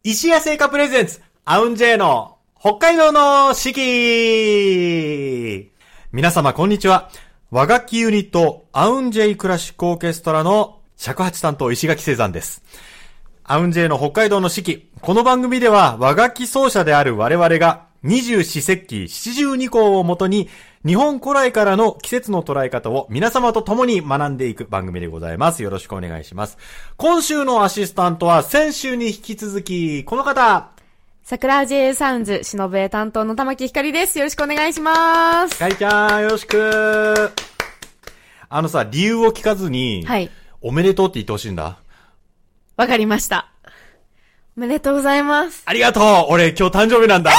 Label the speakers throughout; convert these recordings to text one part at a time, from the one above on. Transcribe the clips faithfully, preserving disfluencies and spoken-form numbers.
Speaker 1: 石屋製菓プレゼンツ、アウンジェイの北海道の四季。皆様こんにちは。和楽器ユニット、アウンジェイクラシックオーケストラの尺八担当石垣聖山です。アウンジェイの北海道の四季。この番組では和楽器奏者である我々が二十四節気七十二候をもとに日本古来からの季節の捉え方を皆様と共に学んでいく番組でございます。よろしくお願いします。今週のアシスタントは先週に引き続きこの方。
Speaker 2: 桜ジェイサウンズしのぶえ担当の玉木ひかりです。よろしくお願いします。
Speaker 1: ひかりちゃんよろしく。あのさ、理由を聞かずに、
Speaker 2: はい、
Speaker 1: おめでとうって言ってほしいんだ。
Speaker 2: わかりました。おめでとうございます。
Speaker 1: ありがとう。俺今日誕生日なんだ。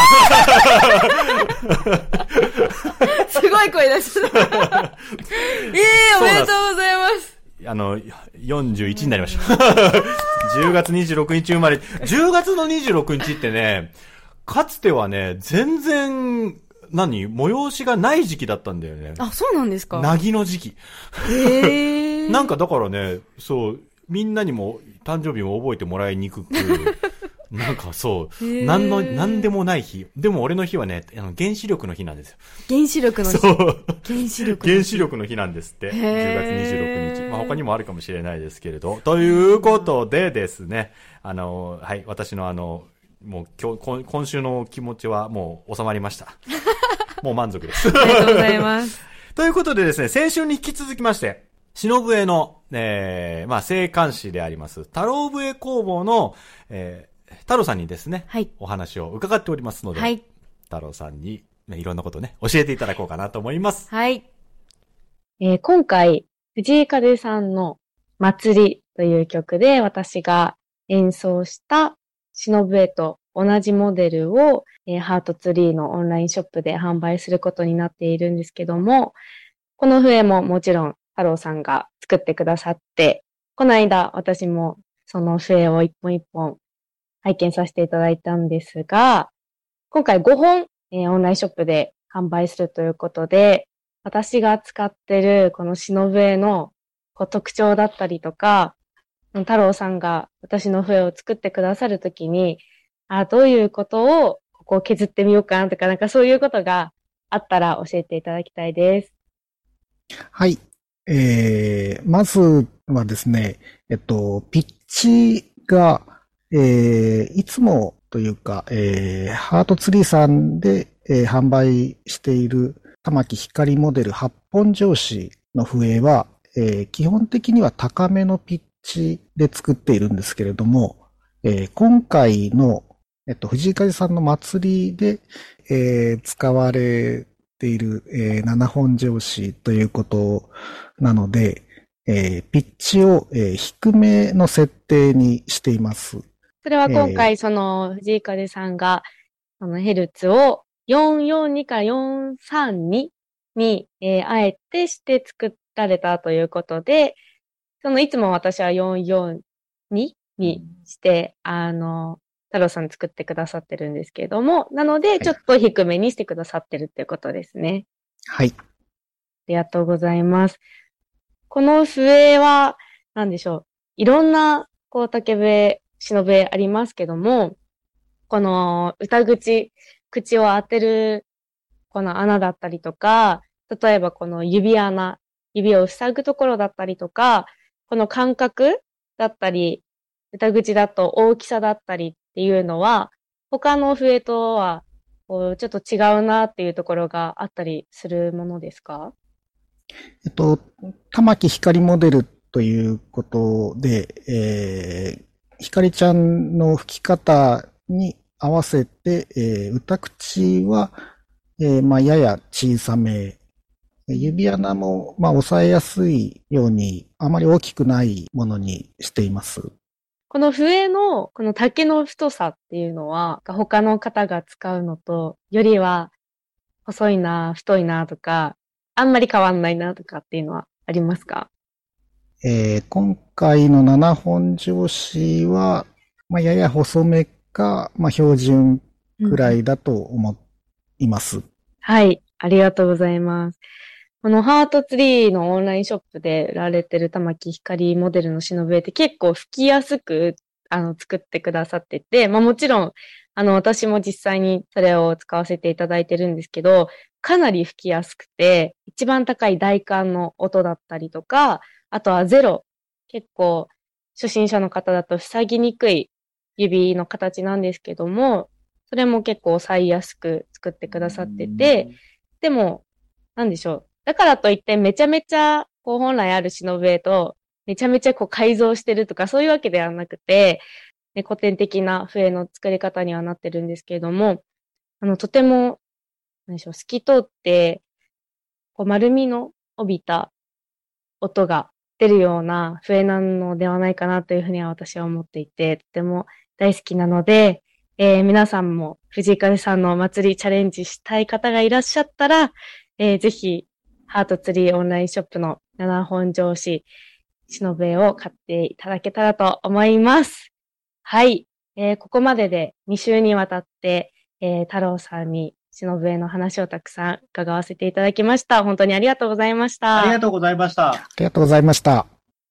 Speaker 2: すごい声出した。ええー、おめでとうございます。
Speaker 1: あの、よんじゅういちになりました。じゅうがつにじゅうろくにち生まれ。じゅうがつのにじゅうろくにちってね、かつてはね、全然、何催しがない時期だったんだよね。
Speaker 2: あ、そうなんですか。
Speaker 1: なぎの時期。
Speaker 2: へー。
Speaker 1: なんかだからね、そう、みんなにも誕生日も覚えてもらいにくく、なんかそう、なんの、なんでもない日。でも俺の日はね、あの、原子力の日なんですよ。
Speaker 2: 原子力の日。
Speaker 1: そう。
Speaker 2: 原子力の日。
Speaker 1: 原子力の日なんですって。じゅうがつにじゅうろくにち。まあ他にもあるかもしれないですけれど。ということでですね、あの、はい、私のあの、もう今日、今週の気持ちはもう収まりました。もう満足です。
Speaker 2: ありがとうございます。
Speaker 1: ということでですね、先週に引き続きまして、篠笛の、えー、まあ、正管師であります、太郎笛工房の、えー、太郎さんにですね、はい、お話を伺っておりますので、はい、太郎さんに、ね、いろんなことね、教えていただこうかなと思います。
Speaker 2: はい。えー、今回、藤井風さんの祭りという曲で私が演奏した篠笛と同じモデルを、えー、ハートツリーのオンラインショップで販売することになっているんですけども、この笛ももちろん太郎さんが作ってくださって、この間私もその笛を一本一本拝見させていただいたんですが、今回ごほん、えー、オンラインショップで販売するということで、私が使ってるこの篠笛のこう特徴だったりとか、太郎さんが私の笛を作ってくださるときに、あ、どういうことをここを削ってみようかなとか、なんかそういうことがあったら教えていただきたいです。
Speaker 3: はい。えー、まずはですね、えっと、ピッチが、えー、いつもというか、えー、ハートツリーさんで、えー、販売している玉木ひかりモデルはっぽん上子の笛は、えー、基本的には高めのピッチで作っているんですけれども、えー、今回の、えっと、藤井風さんの祭りで、えー、使われている、えー、ななほん上子ということなので、えー、ピッチを、えー、低めの設定にしています。
Speaker 2: それは今回、その藤井風さんが、そのヘルツをよんよんにからよんさんにに、えー、あえてして作られたということで、そのいつも私はよんよんににして、あの、太郎さん作ってくださってるんですけれども、なので、ちょっと低めにしてくださってるっていうことですね。
Speaker 3: はい。
Speaker 2: ありがとうございます。この笛は、なんでしょう。いろんな、こう、竹笛、篠笛ありますけども、この歌口、口を当てる、この穴だったりとか、例えばこの指穴、指を塞ぐところだったりとか、この間隔だったり、歌口だと大きさだったりっていうのは、他の笛とは、こう、ちょっと違うなっていうところがあったりするものですか？
Speaker 3: えっと、玉木ひかりモデルということで、えー、ひかりちゃんの吹き方に合わせて、えー、歌口は、えー、まあ、やや小さめ、指穴も、まあ、抑えやすいように、あまり大きくないものにしています。
Speaker 2: この笛の、この竹の太さっていうのは、他の方が使うのと、よりは、細いな、太いなとか、あんまり変わんないなとかっていうのはありますか？
Speaker 3: えー、今回のななほん上子は、まあ、やや細めか、まあ、標準くらいだと思います、うん。
Speaker 2: はい、ありがとうございます。このハートツリーのオンラインショップで売られてる玉木ひかりモデルの篠笛って結構吹きやすく、 あの、作ってくださってて、まあもちろん、あの、私も実際にそれを使わせていただいてるんですけど、かなり吹きやすくて、一番高い大管の音だったりとか、あとはゼロ。結構、初心者の方だと塞ぎにくい指の形なんですけども、それも結構抑えやすく作ってくださってて、でも、なんでしょう。だからといってめちゃめちゃ、こう本来あるシノ笛と、めちゃめちゃこう改造してるとかそういうわけではなくて、ね、古典的な笛の作り方にはなってるんですけれども、あの、とても、なんでしょう、透き通って、こう丸みの帯びた音が出るような笛なのではないかなというふうには私は思っていて、とても大好きなので、えー、皆さんも藤井風さんのお祭りチャレンジしたい方がいらっしゃったら、えー、ぜひ、ハートツリーオンラインショップのななほん拍子、シノ笛を買っていただけたらと思います。はい。えー、ここまででに週にわたって、えー、太郎さんにシノ笛の話をたくさん伺わせていただきました。本当にありがとうございました。
Speaker 4: ありがとうございました。
Speaker 3: ありがとうございました。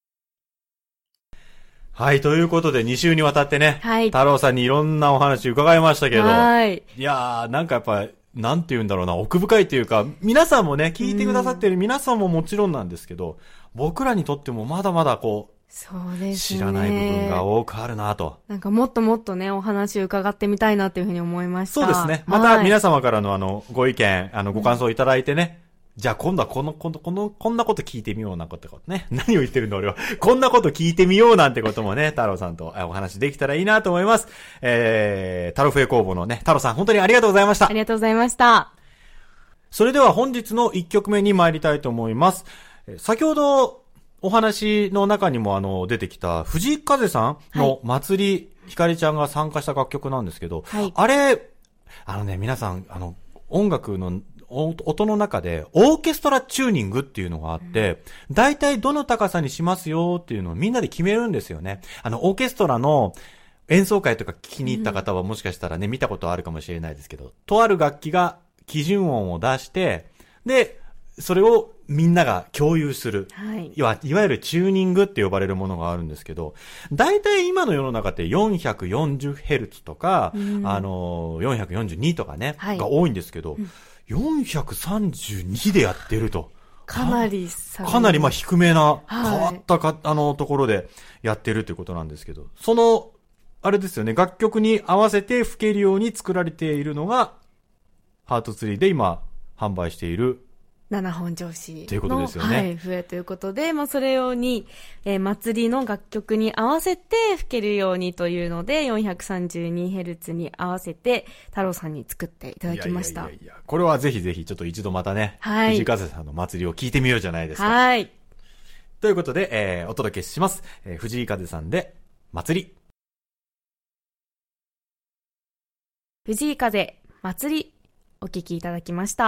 Speaker 1: はい、ということでに週にわたってね、
Speaker 2: はい、
Speaker 1: 太郎さんにいろんなお話伺いましたけど、
Speaker 2: はい。
Speaker 1: いやー、なんかやっぱ、なんて言うんだろうな、奥深いというか、皆さんもね、聞いてくださってる皆さんももちろんなんですけど、僕らにとってもまだまだこう、
Speaker 2: そうですね。
Speaker 1: 知らない部分が多くあるなと。
Speaker 2: なんかもっともっとね、お話を伺ってみたいなっていうふうに思いました。
Speaker 1: そうですね。また皆様からのあの、ご意見、あの、ご感想いただいてね、うん、じゃあ今度はこの、この、この、こんなこと聞いてみようなことね。何を言ってるんだ俺は。こんなこと聞いてみようなんてこともね、太郎さんとお話できたらいいなと思います。えー、太郎笛工房のね、太郎さん本当にありがとうございました。
Speaker 2: ありがとうございました。
Speaker 1: それでは本日のいっきょくめに参りたいと思います。先ほどお話の中にもあの出てきた藤井風さんの祭り、ひかりちゃんが参加した楽曲なんですけど、はい、あれ、あのね、皆さん、あの、音楽の音の中でオーケストラチューニングっていうのがあって、だいたいどの高さにしますよっていうのをみんなで決めるんですよね。あの、オーケストラの演奏会とか聞きに行った方はもしかしたらね、見たことあるかもしれないですけど、とある楽器が基準音を出して、で、それをみんなが共有する。はい。いわ、いわゆるチューニングって呼ばれるものがあるんですけど、大体今の世の中って よんひゃくよんじゅうヘルツ とか、うん、あの、よんひゃくよんじゅうにとかね、はい、が多いんですけど、うん、よんひゃくさんじゅうにでやってると。
Speaker 2: かなり下
Speaker 1: かなりまあ低めな、変わったか、はい、あの、ところでやってるということなんですけど、その、あれですよね、楽曲に合わせて吹けるように作られているのが、ハートツリーで今販売している
Speaker 2: ななほん拍子の
Speaker 1: ということですよね。
Speaker 2: はい、笛ということで、まあそれ用に、えー、祭りの楽曲に合わせて吹けるようにというので よんひゃくさんじゅうにヘルツ に合わせて太郎さんに作っていただきました。
Speaker 1: いやいやいやいや、これはぜひぜひちょっと一度またね、はい、藤井風さんの祭りを聞いてみようじゃないですか。
Speaker 2: はい。
Speaker 1: ということで、えー、お届けします。えー、藤井風さんで祭り。
Speaker 2: 藤井風祭り。お聞きいただきました。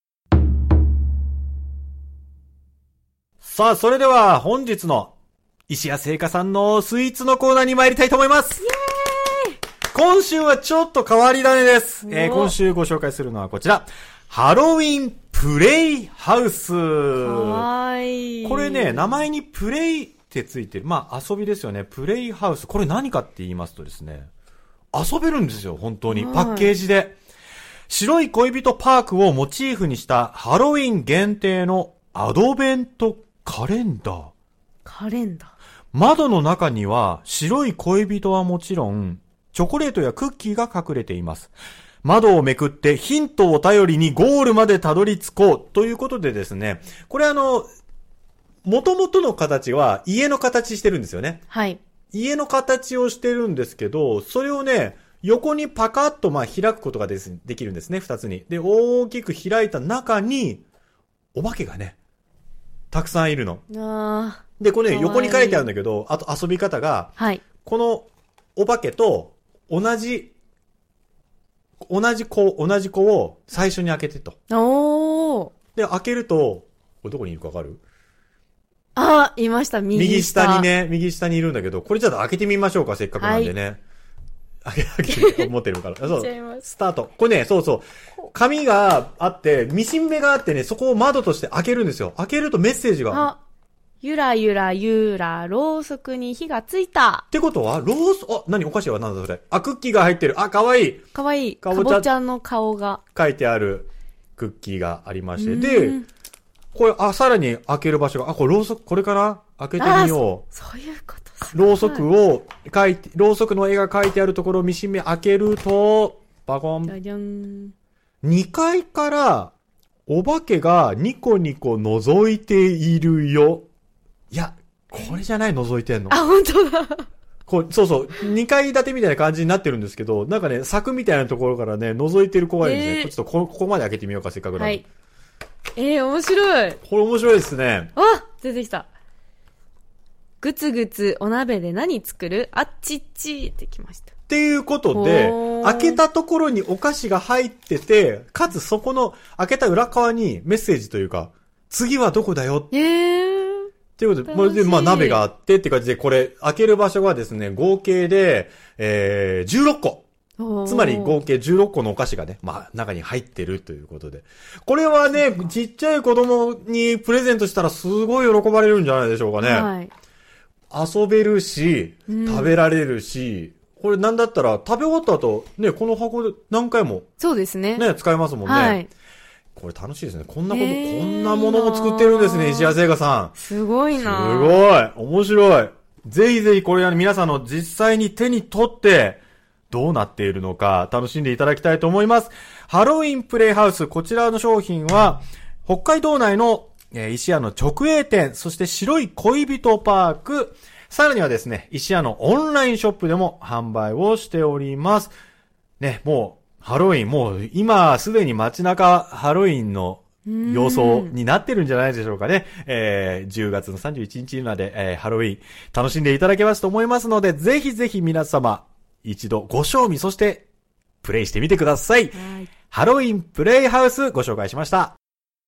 Speaker 1: さあ、それでは本日の石谷製菓さんのスイーツのコーナーに参りたいと思います。
Speaker 2: イエーイ！
Speaker 1: 今週はちょっと変わり種です。えー、今週ご紹介するのはこちら。ハロウィンプレイハウス。か
Speaker 2: わいい。
Speaker 1: これね、名前にプレイってついてる。まあ遊びですよね。プレイハウス。これ何かって言いますとですね、遊べるんですよ、本当に。パッケージで。白い恋人パークをモチーフにしたハロウィン限定のアドベントカレンダー。
Speaker 2: カレンダー。
Speaker 1: 窓の中には白い恋人はもちろん、チョコレートやクッキーが隠れています。窓をめくってヒントを頼りにゴールまでたどり着こうということでですね、これあの、元々の形は家の形してるんですよね。
Speaker 2: はい。
Speaker 1: 家の形をしてるんですけど、それをね、横にパカッとまあ開くことがです、できるんですね、二つに。で、大きく開いた中に、お化けがね、たくさんいるの。
Speaker 2: あ
Speaker 1: で、これね、横に書いてあるんだけど、あと遊び方が、
Speaker 2: はい。
Speaker 1: このお化けと同じ、同じ子、同じ子を最初に開けてと。
Speaker 2: おー。
Speaker 1: で、開けると、これどこにいるかわかる？
Speaker 2: あー、いました、右下。
Speaker 1: 右下にね、右下にいるんだけど、これちょっと開けてみましょうか、せっかくなんでね。はい開け、開け、持ってるから。そう。スタート。これね、そうそう。紙があって、ミシン目があってね、そこを窓として開けるんですよ。開けるとメッセージが
Speaker 2: ゆらゆらゆら、ろうそくに火がついた。
Speaker 1: ってことは、ロース、あ、何お菓子は何だそれ。あ、クッキーが入ってる。あ、かわいい。
Speaker 2: かわいい。
Speaker 1: かぼちゃ
Speaker 2: かぼちゃの顔が。
Speaker 1: 書いてあるクッキーがありまして。で、これ、あ、さらに開ける場所が、あ、これろうそく、これかな開けてみよう。
Speaker 2: そ, そういうこと。
Speaker 1: ろうそくを書いて、ろうそくの絵が書いてあるところを見しめ開けると、バコン。
Speaker 2: じゃじゃん。
Speaker 1: にかいから、お化けがニコニコ覗いているよ。いや、これじゃない覗いてんの。
Speaker 2: あ、本当だ。
Speaker 1: こう、そうそう、にかい建てみたいな感じになってるんですけど、なんかね、柵みたいなところからね、覗いてる子がいるんですね。えー、ちょっとこ、ここまで開けてみようか、せっかくなので。はい。
Speaker 2: えー、面白い。
Speaker 1: これ面白いですね。
Speaker 2: あ、出てきた。ぐつぐつお鍋で何作る？あっちっちってきました。
Speaker 1: っていうことで、開けたところにお菓子が入ってて、かつそこの開けた裏側にメッセージというか、次はどこだよ。
Speaker 2: えー。
Speaker 1: っていうことで、これで、まあ、鍋があってって感じで、これ、開ける場所がですね、合計で、えー、じゅうろっこ。つまり合計じゅうろっこのお菓子がね、まあ、中に入ってるということで。これはね、ちっちゃい子供にプレゼントしたらすごい喜ばれるんじゃないでしょうかね。はい。遊べるし、食べられるし、うん、これなんだったら食べ終わった後、ね、この箱で何回も。
Speaker 2: そうですね。
Speaker 1: ね、使えますもんね。はい。これ楽しいですね。こんなこと、こんなものも作ってるんですね、石谷製菓さん。
Speaker 2: すごいな。
Speaker 1: すごい。面白い。ぜひぜひこれは皆さんの実際に手に取って、どうなっているのか楽しんでいただきたいと思います。ハロウィンプレイハウス、こちらの商品は、北海道内の、えー、石屋の直営店、そして白い恋人パーク、さらにはですね、石屋のオンラインショップでも販売をしております。ね、もう、ハロウィン、もう今すでに街中ハロウィンの様相になってるんじゃないでしょうかね。えー、じゅうがつのさんじゅういちにちまで、えー、ハロウィン楽しんでいただけますと思いますので、ぜひぜひ皆様一度ご賞味、そしてプレイしてみてください。はい、ハロウィンプレイハウスご紹介しました。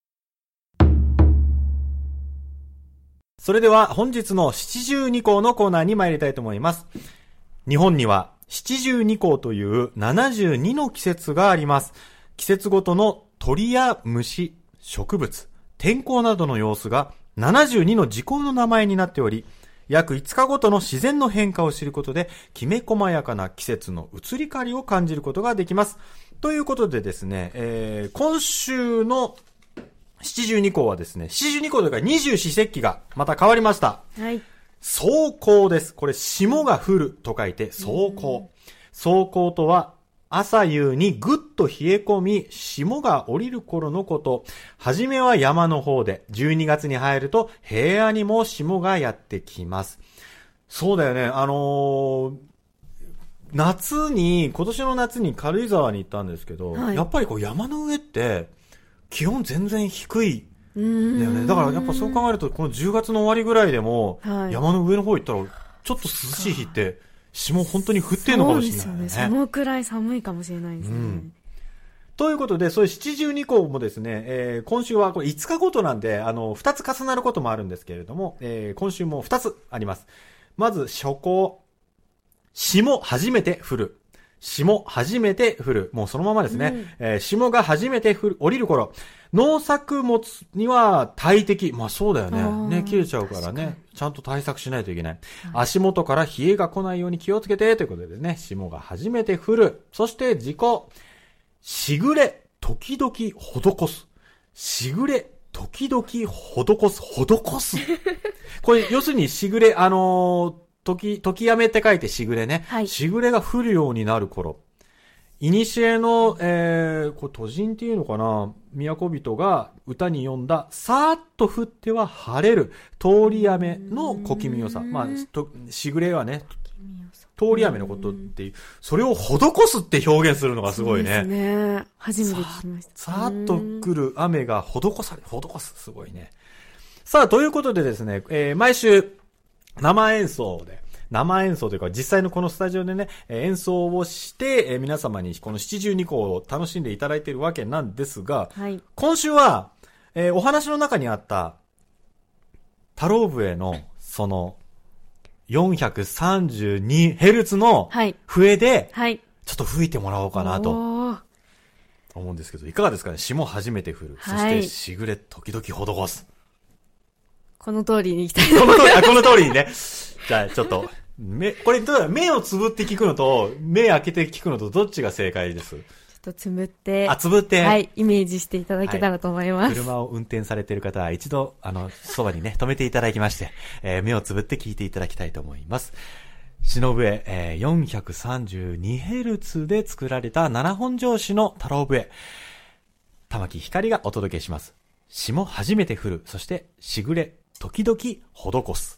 Speaker 1: それでは本日の七十二候のコーナーに参りたいと思います。日本には七十二候というななじゅうにの季節があります。季節ごとの鳥や虫、植物、天候などの様子がななじゅうにの時効の名前になっており、約いつかごとの自然の変化を知ることで、きめ細やかな季節の移り変わりを感じることができます。ということでですね、えー、今週の七十二候はですね、七十二候というか二十四節気がまた変わりました。はい。霜降です。これ、霜が降ると書いて、霜降。霜降とは、朝夕にぐっと冷え込み、霜が降りる頃のこと。はじめは山の方で、じゅうにがつに入ると、平野にも霜がやってきます。そうだよね、あのー、夏に、今年の夏に軽井沢に行ったんですけど、はい、やっぱりこう山の上って、気温全然低い。だよね。だからやっぱそう考えると、このじゅうがつの終わりぐらいでも、はい、山の上の方行ったら、ちょっと涼しい日って、霜本当に降ってんのかもしれない、ね。そうですよね。
Speaker 2: そのくらい寒いかもしれないですね。うん、
Speaker 1: ということで、そういう七十二候もですね、えー、今週はこれいつかごとなんで、あの、ふたつ重なることもあるんですけれども、えー、今週もふたつあります。まず、初候。霜初めて降る。霜初めて降る。もうそのままですね。うん、えー、霜が初めて降る、降りる頃。農作物には大敵。まあそうだよね。ね、切れちゃうからね。ちゃんと対策しないといけない。はい、足元から冷えが来ないように気をつけて、ということでね、霜が初めて降る。そして自己、しぐれ、時々施す。しぐれ、時々施す。施す。これ、要するにしぐれ、あのー、時、時やめって書いてしぐれね。はい。しぐれが降るようになる頃。いにしえの、えー、これ、都人っていうのかな、都人が歌に詠んだ、さーっと降っては晴れる、通り雨の小気味よさ。まあ、と、しぐれはね、通り雨のことっていう、それを施すって表現するのがすごいね。そうですね。
Speaker 2: 初めて聞きました。
Speaker 1: さーっと来る雨が施され、施す。すごいね。さあ、ということでですね、えー、毎週、生演奏で、生演奏というか実際のこのスタジオでね、演奏をして、え皆様にこの七十二候を楽しんでいただいているわけなんですが、はい、今週は、えー、お話の中にあった太郎笛のその よんひゃくさんじゅうにヘルツ の笛で、はい、ちょっと吹いてもらおうかなと思うんですけど、いかがですかね。霜初めて降る。そしてしぐれ時々施す。
Speaker 2: この通りに行きたいと
Speaker 1: こ
Speaker 2: 思います。
Speaker 1: の通り、あ、この通りにね。じゃあ、ちょっと、目、これ、どうだ目をつぶって聞くのと、目開けて聞くのと、どっちが正解です？
Speaker 2: ちょっとつぶって。
Speaker 1: あ、つぶって。
Speaker 2: はい、イメージしていただけたらと思います。はい、
Speaker 1: 車を運転されている方は、一度、あの、そばにね、止めていただきまして、えー、目をつぶって聞いていただきたいと思います。篠笛、えー、よんひゃくさんじゅうにヘルツ で作られたななほん拍子の太郎笛。玉木ひかりがお届けします。霜初めて降る、そしてしぐれ、時々施す。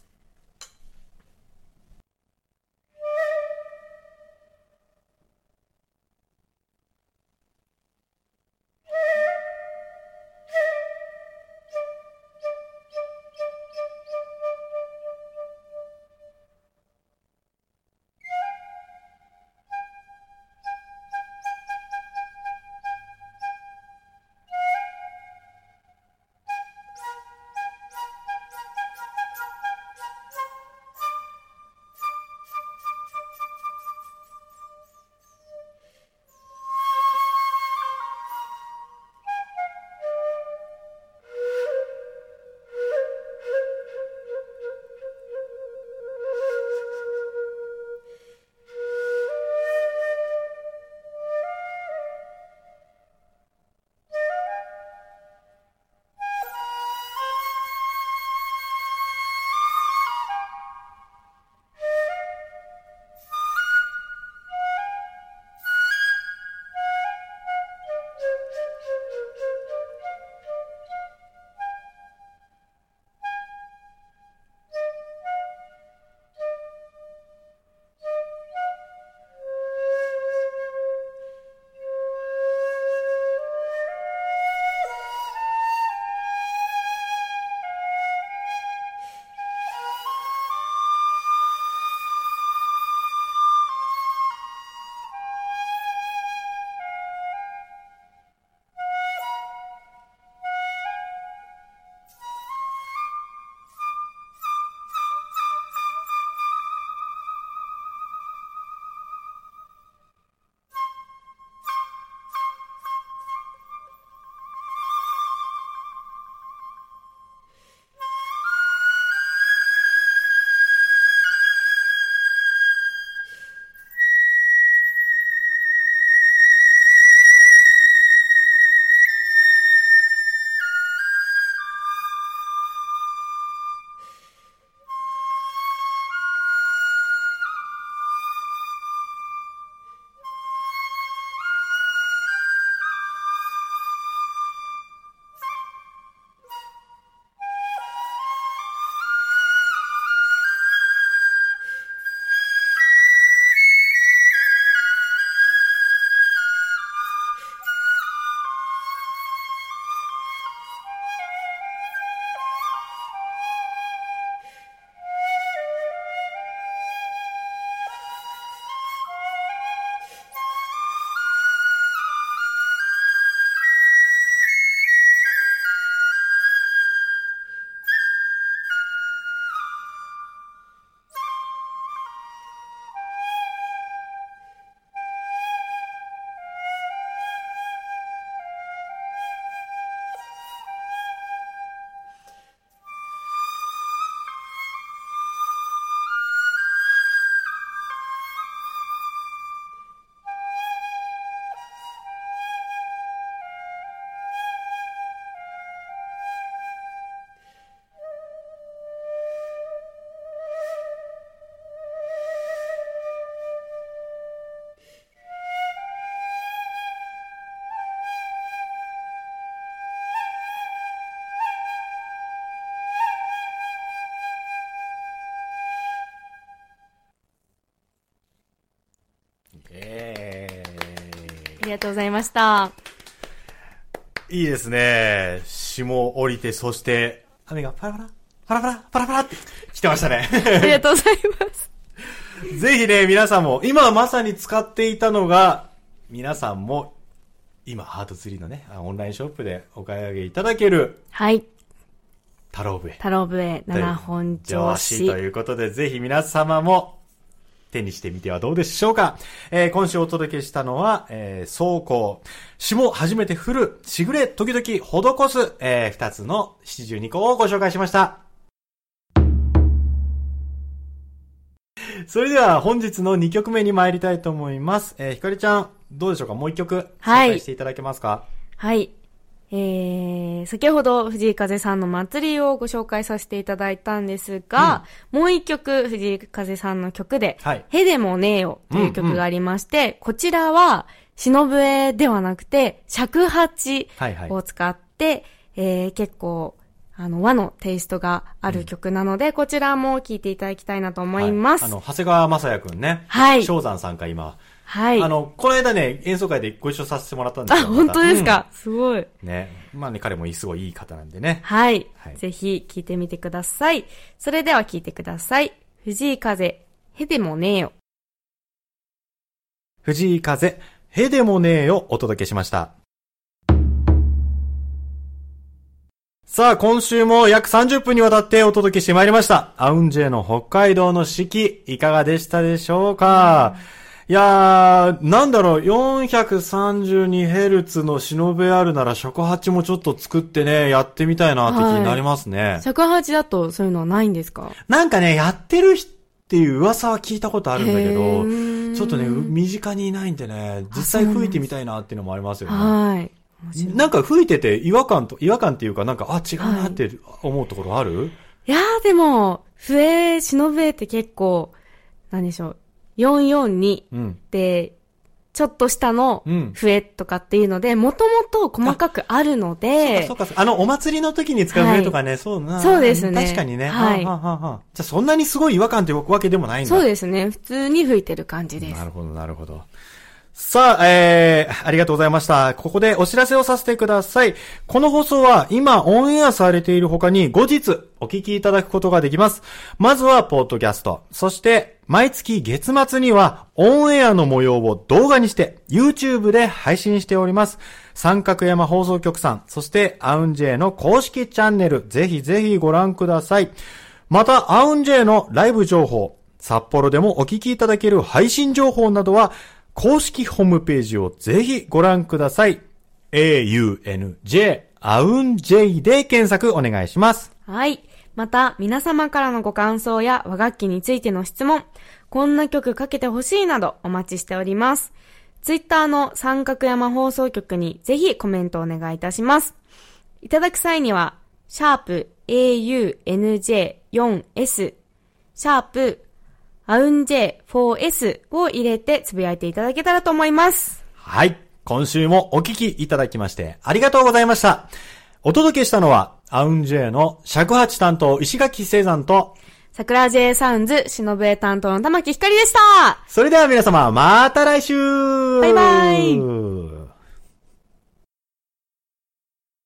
Speaker 2: えー、ありがとうございました。
Speaker 1: いいですね。霜降りて、そして雨がパラパラパラパラパラパラって来てましたね。
Speaker 2: ありがとうございます。
Speaker 1: ぜひね、皆さんも今まさに使っていたのが、皆さんも今ハートツリーのねオンラインショップでお買い上げいただける、
Speaker 2: はい、
Speaker 1: 太郎笛
Speaker 2: 太郎笛ななほん拍子
Speaker 1: ということで、ぜひ皆様も手にしてみてはどうでしょうか。えー、今週お届けしたのは、えー、走行、霜初めて降る、しぐれ時々施す、えー、二つの七十二個をご紹介しました。 それでは本日のにきょくめに参りたいと思います。えー、ひかりちゃん、どうでしょうか？もういっきょく紹介していただけますか？
Speaker 2: はい。はい、えー、先ほど藤井風さんの祭りをご紹介させていただいたんですが、うん、もう一曲藤井風さんの曲で、はい、へでもねえよという曲がありまして、うんうん、こちらは忍笛ではなくて尺八を使って、はいはい、えー、結構あの和のテイストがある曲なので、うん、こちらも聴いていただきたいなと思います。
Speaker 1: はい、あの長谷川雅也くんね、
Speaker 2: はい、
Speaker 1: 正山さんか今。
Speaker 2: はい。
Speaker 1: あの、この間ね、演奏会でご一緒させてもらったんですよ。
Speaker 2: あ、本当ですか、うん、すごい。
Speaker 1: ね。まあね、彼もすごいいい方なんでね。
Speaker 2: はい。はい、ぜひ聴いてみてください。それでは聴いてください。藤井風、へでもねえよ。
Speaker 1: 藤井風、へでもねえよお届けしました。さあ、今週も約さんじゅっぷんにわたってお届けしてまいりました。アウンジェの北海道の四季、いかがでしたでしょうか？うん、いやー、なんだろう、よんひゃくさんじゅうにヘルツの忍べあるなら尺八もちょっと作ってね、やってみたいなって気になりますね。はい、
Speaker 2: 尺八だとそういうのはないんですか？
Speaker 1: なんかね、やってるっていう噂は聞いたことあるんだけど、ちょっとね、身近にいないんでね、実際吹いてみたいなっていうのもありますよね。
Speaker 2: はい。
Speaker 1: なんか吹いてて違和感と、違和感っていうかなんか、あ、違うなって思うところある？はい、
Speaker 2: いやーでも、笛、忍べって結構、なんでしょう。よんよんにで、うん、ちょっと下の笛とかっていうので、もともと細かくあるので、
Speaker 1: そうかそうか、あのお祭りの時に使う笛とかね、はい、そうな。
Speaker 2: そうですね。
Speaker 1: 確かにね。
Speaker 2: はい。
Speaker 1: はあはあはあ、じゃあそんなにすごい違和感ってわけでもないんだ。
Speaker 2: そうですね。普通に吹いてる感じです。
Speaker 1: なるほど、なるほど。さあ、えー、ありがとうございました。ここでお知らせをさせてください。この放送は今オンエアされている他に後日お聞きいただくことができます。まずはポッドキャスト。そして毎月月末にはオンエアの模様を動画にして YouTube で配信しております。三角山放送局さん、そしてアウンジェイの公式チャンネル、ぜひぜひご覧ください。またアウンジェイのライブ情報、札幌でもお聞きいただける配信情報などは公式ホームページをぜひご覧ください。エーユーエヌジェイ アウンジェイで検索お願いします。
Speaker 2: はい。また、皆様からのご感想や和楽器についての質問、こんな曲かけてほしいなどお待ちしております。ツイッターの三角山放送局にぜひコメントお願いいたします。いただく際には、シャープ エーユーエヌジェイフォーエス、シャープアウンジェイフォーエス を入れてつぶやいていただけたらと思います。
Speaker 1: はい。今週もお聞きいただきましてありがとうございました。お届けしたのはアウンジェイの尺八担当石垣聖山と
Speaker 2: 桜 J サウンズ忍笛担当の玉木ひかりでした。
Speaker 1: それでは皆様また来週。
Speaker 2: バイバイ。